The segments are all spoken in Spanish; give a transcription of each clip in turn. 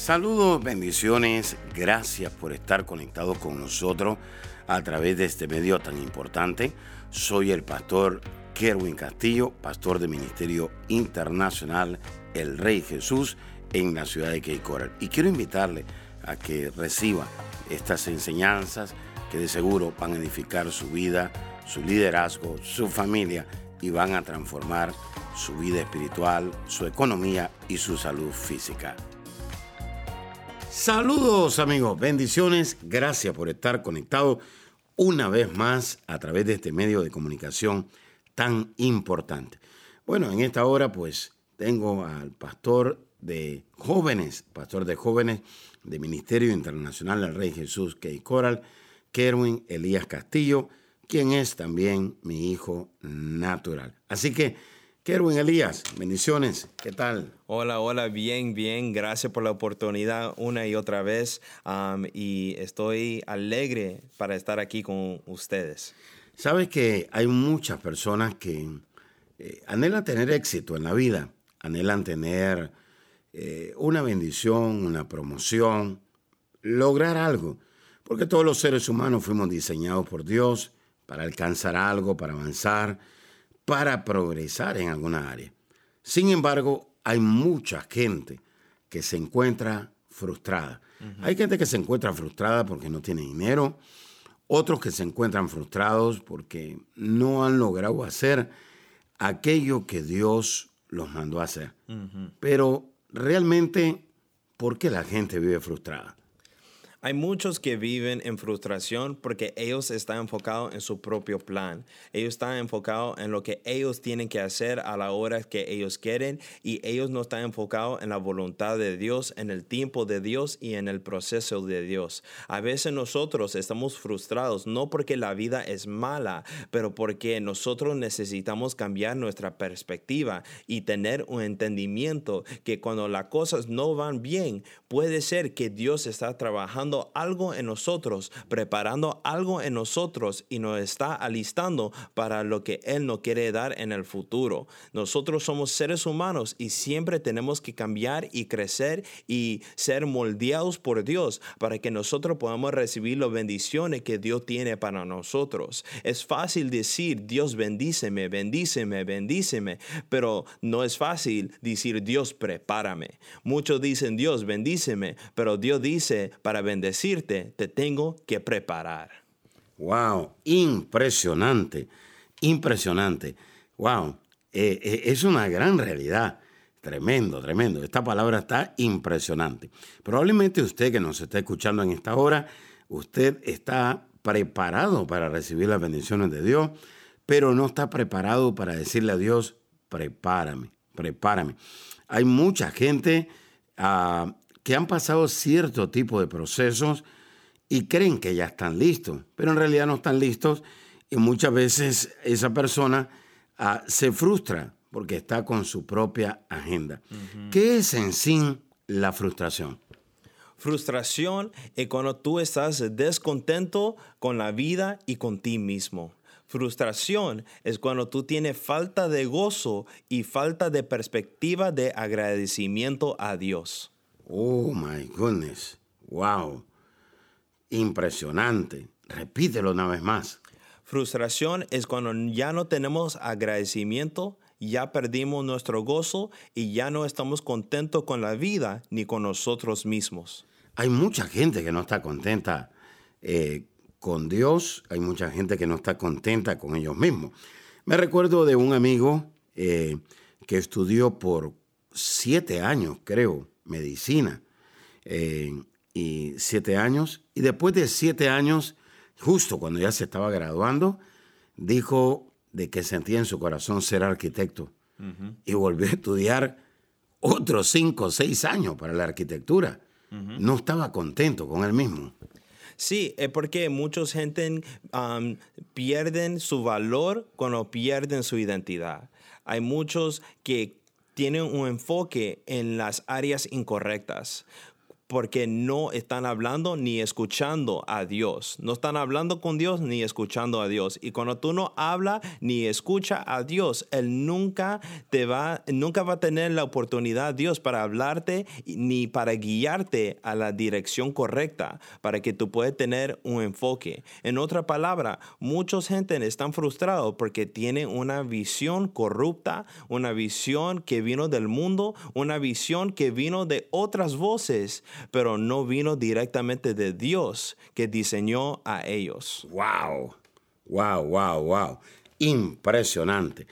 Saludos, bendiciones, gracias por estar conectados con nosotros a través de este medio tan importante. Soy el pastor Kerwin Castillo, pastor de Ministerio Internacional El Rey Jesús en la ciudad de Cape Coral. Y quiero invitarle a que reciba estas enseñanzas que de seguro van a edificar su vida, su liderazgo, su familia y van a transformar su vida espiritual, su economía y su salud física. Saludos amigos, bendiciones, gracias por estar conectados una vez más a través de este medio de comunicación tan importante. Bueno, en esta hora pues tengo al pastor de jóvenes de Ministerio Internacional del Rey Jesús Cape Coral, Kerwin Elías Castillo, quien es también mi hijo natural. Así que Kerwin Elías, bendiciones, ¿qué tal? Hola, bien, gracias por la oportunidad una y otra vez y estoy alegre para estar aquí con ustedes. Sabes que hay muchas personas que anhelan tener éxito en la vida, anhelan tener una bendición, una promoción, lograr algo, porque todos los seres humanos fuimos diseñados por Dios para alcanzar algo, para avanzar, para progresar en alguna área. Sin embargo, hay mucha gente que se encuentra frustrada. Hay gente que se encuentra frustrada porque no tiene dinero, otros que se encuentran frustrados porque no han logrado hacer aquello que Dios los mandó a hacer. Pero realmente, ¿por qué la gente vive frustrada? Hay muchos que viven en frustración porque ellos están enfocados en su propio plan. Ellos están enfocados en lo que ellos tienen que hacer a la hora que ellos quieren y ellos no están enfocados en la voluntad de Dios, en el tiempo de Dios y en el proceso de Dios. A veces nosotros estamos frustrados no porque la vida es mala, pero porque nosotros necesitamos cambiar nuestra perspectiva y tener un entendimiento que cuando las cosas no van bien, puede ser que Dios está trabajando algo en nosotros, preparando algo en nosotros y nos está alistando para lo que Él nos quiere dar en el futuro. Nosotros somos seres humanos y siempre tenemos que cambiar y crecer y ser moldeados por Dios para que nosotros podamos recibir las bendiciones que Dios tiene para nosotros. Es fácil decir, Dios bendíceme, pero no es fácil decir, Dios prepárame. Muchos dicen, Dios bendíceme, pero Dios dice, para bendecirte, te tengo que preparar. Wow, impresionante. Wow, es una gran realidad. Tremendo. Esta palabra está impresionante. Probablemente usted que nos está escuchando en esta hora, usted está preparado para recibir las bendiciones de Dios, pero no está preparado para decirle a Dios, prepárame. Hay mucha gente que han pasado cierto tipo de procesos y creen que ya están listos, pero en realidad no están listos y muchas veces esa persona se frustra porque está con su propia agenda. ¿Qué es en sí la frustración? Frustración es cuando tú estás descontento con la vida y con ti mismo. Frustración es cuando tú tienes falta de gozo y falta de perspectiva de agradecimiento a Dios. Oh, my goodness. Wow. Impresionante. Repítelo una vez más. Frustración es cuando ya no tenemos agradecimiento, ya perdimos nuestro gozo y ya no estamos contentos con la vida ni con nosotros mismos. Hay mucha gente que no está contenta con Dios. Hay mucha gente que no está contenta con ellos mismos. Me recuerdo de un amigo que estudió por 7 años, creo, medicina, y 7 años, y después de 7 años, justo cuando ya se estaba graduando, dijo de que sentía en su corazón ser arquitecto y volvió a estudiar otros 5 o 6 años para la arquitectura. No estaba contento con él mismo. Sí, es porque mucha gente pierden su valor cuando pierden su identidad. Hay muchos que tienen un enfoque en las áreas incorrectas. porque no están hablando ni escuchando a Dios. No están hablando con Dios ni escuchando a Dios. Y cuando tú no hablas ni escuchas a Dios, Él nunca va a tener la oportunidad, Dios, para hablarte ni para guiarte a la dirección correcta, para que tú puedas tener un enfoque. En otra palabra, mucha gente están frustrados porque tienen una visión corrupta, una visión que vino del mundo, una visión que vino de otras voces, pero no vino directamente de Dios que diseñó a ellos. Wow, wow, wow, wow. Impresionante.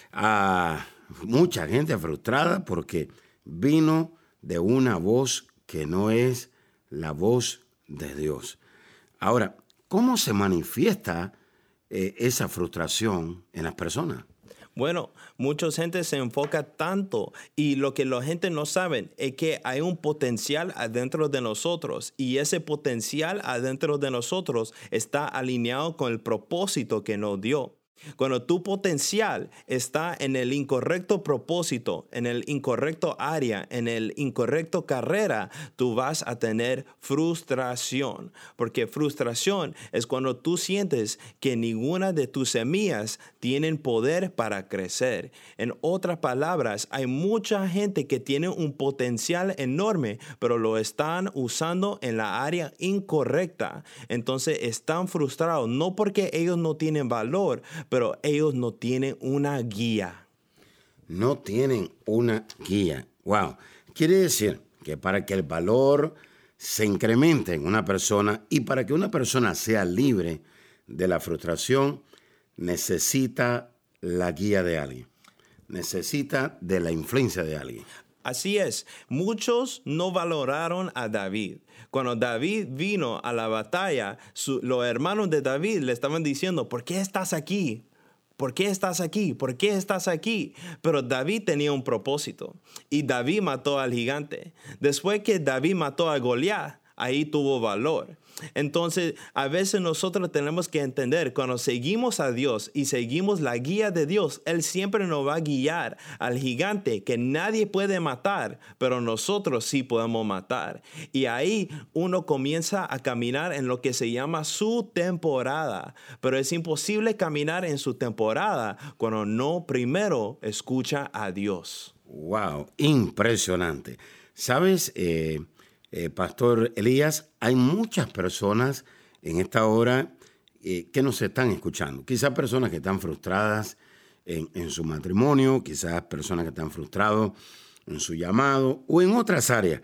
Mucha gente frustrada porque vino de una voz que no es la voz de Dios. Ahora, ¿cómo se manifiesta esa frustración en las personas? Bueno, mucha gente se enfoca tanto y lo que la gente no sabe es que hay un potencial adentro de nosotros y ese potencial adentro de nosotros está alineado con el propósito que nos dio. Cuando tu potencial está en el incorrecto propósito, en el incorrecto área, en el incorrecto carrera, tú vas a tener frustración. Porque frustración es cuando tú sientes que ninguna de tus semillas tienen poder para crecer. En otras palabras, hay mucha gente que tiene un potencial enorme, pero lo están usando en la área incorrecta. Entonces están frustrados, no porque ellos no tienen valor, pero ellos no tienen una guía. No tienen una guía. Wow. Quiere decir que para que el valor se incremente en una persona y para que una persona sea libre de la frustración, necesita la guía de alguien. Necesita de la influencia de alguien. Así es, muchos no valoraron a David. Cuando David vino a la batalla, los hermanos de David le estaban diciendo, ¿por qué estás aquí? ¿Por qué estás aquí? ¿Por qué estás aquí? Pero David tenía un propósito y David mató al gigante. Después que David mató a Goliat, ahí tuvo valor. Entonces, a veces nosotros tenemos que entender, cuando seguimos a Dios y seguimos la guía de Dios, Él siempre nos va a guiar al gigante que nadie puede matar, pero nosotros sí podemos matar. Y ahí uno comienza a caminar en lo que se llama su temporada. Pero es imposible caminar en su temporada cuando no primero escucha a Dios. Wow, impresionante. ¿Sabes, Pastor Elías? Hay muchas personas en esta hora que nos están escuchando. Quizás personas que están frustradas en su matrimonio, quizás personas que están frustrados en su llamado o en otras áreas.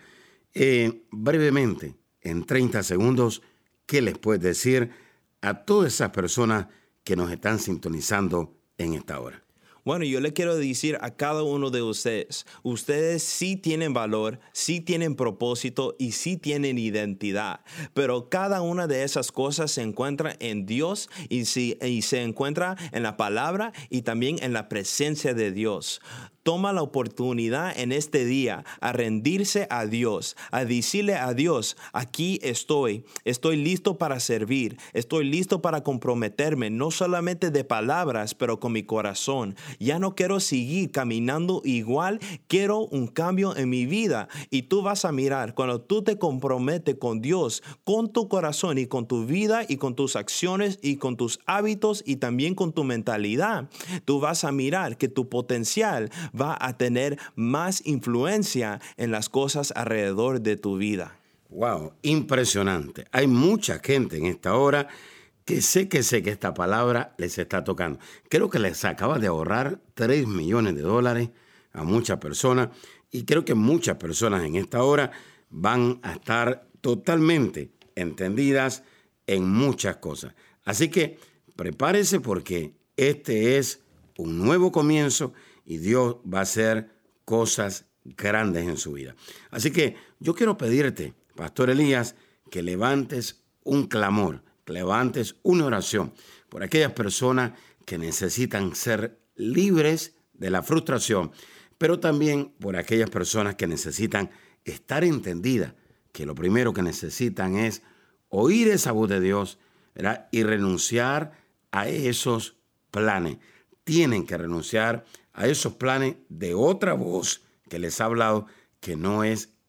Brevemente, en 30 segundos, ¿qué les puedes decir a todas esas personas que nos están sintonizando en esta hora? Bueno, yo le quiero decir a cada uno de ustedes sí tienen valor, sí tienen propósito y sí tienen identidad, pero cada una de esas cosas se encuentra en Dios y se encuentra en la palabra y también en la presencia de Dios. Toma la oportunidad en este día a rendirse a Dios, a decirle a Dios, aquí estoy listo para servir, estoy listo para comprometerme, no solamente de palabras, pero con mi corazón. Ya no quiero seguir caminando igual, quiero un cambio en mi vida. Y tú vas a mirar, cuando tú te comprometes con Dios, con tu corazón y con tu vida y con tus acciones y con tus hábitos y también con tu mentalidad, tú vas a mirar que tu potencial va a tener más influencia en las cosas alrededor de tu vida. Wow, impresionante. Hay mucha gente en esta hora que sé que esta palabra les está tocando. Creo que les acaba de ahorrar $3 millones a muchas personas y creo que muchas personas en esta hora van a estar totalmente entendidas en muchas cosas. Así que prepárese porque este es un nuevo comienzo y Dios va a hacer cosas grandes en su vida. Así que yo quiero pedirte, Pastor Elías, que levantes un clamor, que levantes una oración por aquellas personas que necesitan ser libres de la frustración, pero también por aquellas personas que necesitan estar entendidas, que lo primero que necesitan es oír esa voz de Dios, ¿verdad? Y renunciar a esos planes. Tienen que renunciar a esos planes de otra voz que les ha hablado que no es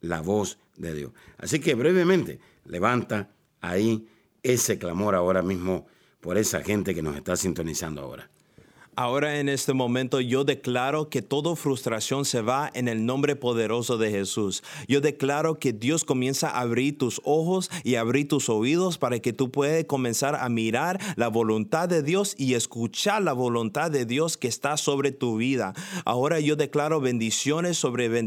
la voz de Dios. Así que brevemente, levanta ahí ese clamor ahora mismo por esa gente que nos está sintonizando ahora. Ahora en este momento yo declaro que toda frustración se va en el nombre poderoso de Jesús. Yo declaro que Dios comienza a abrir tus ojos y abrir tus oídos para que tú puedas comenzar a mirar la voluntad de Dios y escuchar la voluntad de Dios que está sobre tu vida. Ahora yo declaro bendiciones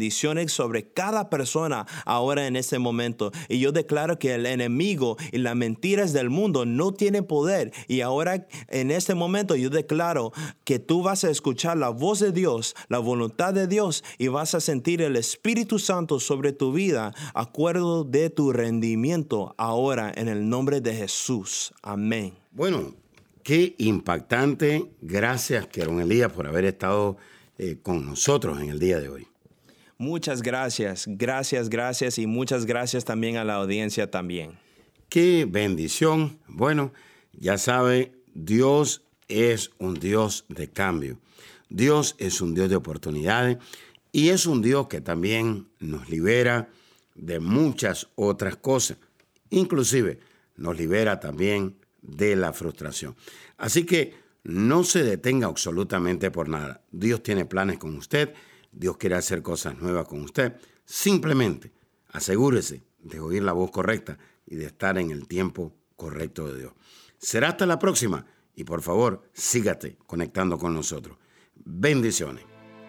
sobre cada persona ahora en este momento. Y yo declaro que el enemigo y las mentiras del mundo no tienen poder. Y ahora en este momento yo declaro que tú vas a escuchar la voz de Dios, la voluntad de Dios, y vas a sentir el Espíritu Santo sobre tu vida, acuerdo de tu rendimiento ahora en el nombre de Jesús. Amén. Bueno, qué impactante. Gracias, Querón Elías, por haber estado con nosotros en el día de hoy. Muchas gracias, gracias y muchas gracias también a la audiencia también. Qué bendición. Bueno, ya sabe, Dios es un Dios de cambio. Dios es un Dios de oportunidades y es un Dios que también nos libera de muchas otras cosas. Inclusive nos libera también de la frustración. Así que no se detenga absolutamente por nada. Dios tiene planes con usted. Dios quiere hacer cosas nuevas con usted. Simplemente asegúrese de oír la voz correcta y de estar en el tiempo correcto de Dios. Será hasta la próxima. Y por favor, sígate conectando con nosotros. Bendiciones.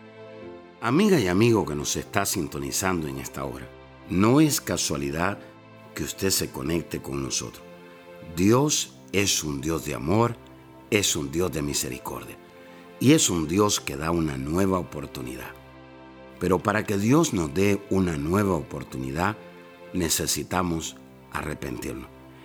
Amiga y amigo que nos está sintonizando en esta hora, no es casualidad que usted se conecte con nosotros. Dios es un Dios de amor, es un Dios de misericordia y es un Dios que da una nueva oportunidad. Pero para que Dios nos dé una nueva oportunidad, necesitamos arrepentirnos.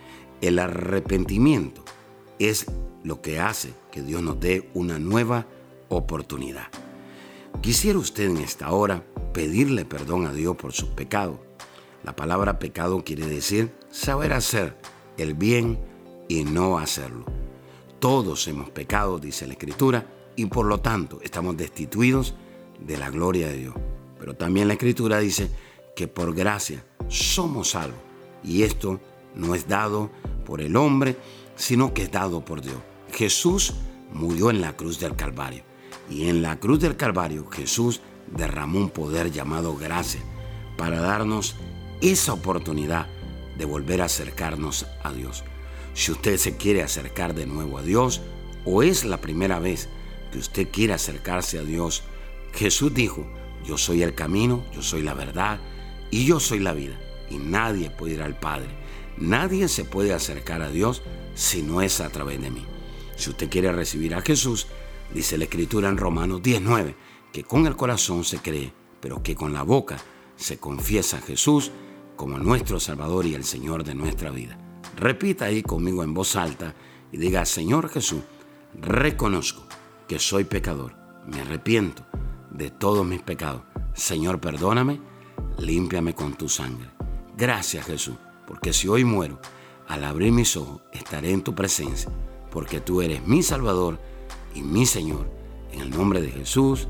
El arrepentimiento es lo que hace que Dios nos dé una nueva oportunidad. Quisiera usted en esta hora pedirle perdón a Dios por sus pecados. La palabra pecado quiere decir saber hacer el bien y no hacerlo. Todos hemos pecado, dice la Escritura, y por lo tanto estamos destituidos de la gloria de Dios. Pero también la Escritura dice que por gracia somos salvos. Y esto no es dado por el hombre, sino que es dado por Dios. Jesús murió en la cruz del Calvario. Y en la cruz del Calvario Jesús derramó un poder llamado gracia para darnos esa oportunidad de volver a acercarnos a Dios. Si usted se quiere acercar de nuevo a Dios o es la primera vez que usted quiere acercarse a Dios, Jesús dijo, yo soy el camino, yo soy la verdad y yo soy la vida. Y nadie puede ir al Padre. Nadie se puede acercar a Dios si no es a través de mí. Si usted quiere recibir a Jesús, dice la Escritura en Romanos 10:9, que con el corazón se cree, pero que con la boca se confiesa a Jesús como nuestro Salvador y el Señor de nuestra vida. Repita ahí conmigo en voz alta y diga, Señor Jesús, reconozco que soy pecador, me arrepiento de todos mis pecados. Señor, perdóname, límpiame con tu sangre. Gracias Jesús, porque si hoy muero, al abrir mis ojos estaré en tu presencia, porque tú eres mi Salvador y mi Señor. En el nombre de Jesús,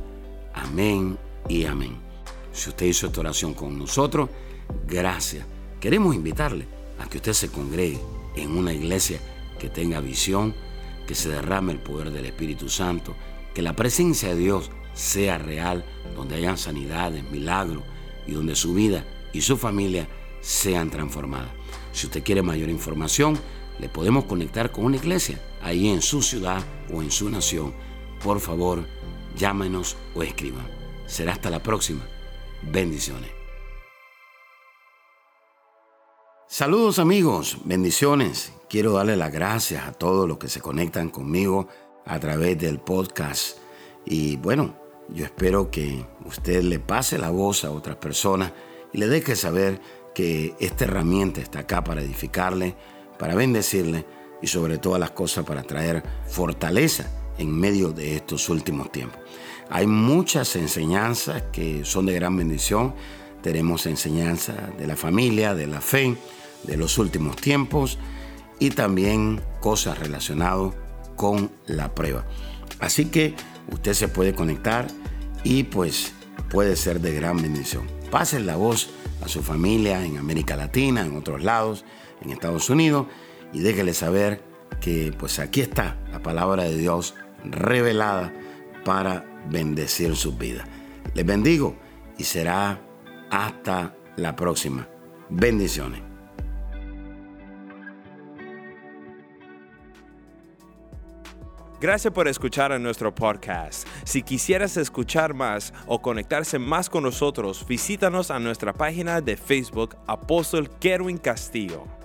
amén y amén. Si usted hizo esta oración con nosotros, gracias. Queremos invitarle a que usted se congregue en una iglesia que tenga visión, que se derrame el poder del Espíritu Santo, que la presencia de Dios sea real, donde hayan sanidades, milagros y donde su vida y su familia sean transformadas. Si usted quiere mayor información, le podemos conectar con una iglesia ahí en su ciudad o en su nación. Por favor, llámenos o escriban. Será hasta la próxima. Bendiciones. Saludos amigos, bendiciones. Quiero darle las gracias a todos los que se conectan conmigo a través del podcast. Y bueno, yo espero que usted le pase la voz a otras personas y le deje saber que esta herramienta está acá para edificarle, para bendecirle y sobre todas las cosas para traer fortaleza en medio de estos últimos tiempos. Hay muchas enseñanzas que son de gran bendición. Tenemos enseñanzas de la familia, de la fe, de los últimos tiempos y también cosas relacionadas con la prueba. Así que usted se puede conectar y pues puede ser de gran bendición. pasen la voz a su familia en América Latina, en otros lados, en Estados Unidos, y déjenles saber que pues aquí está la palabra de Dios revelada para bendecir sus vidas. Les bendigo y será hasta la próxima. Bendiciones. Gracias por escuchar a nuestro podcast. Si quisieras escuchar más o conectarse más con nosotros, visítanos a nuestra página de Facebook, Apóstol Kerwin Castillo.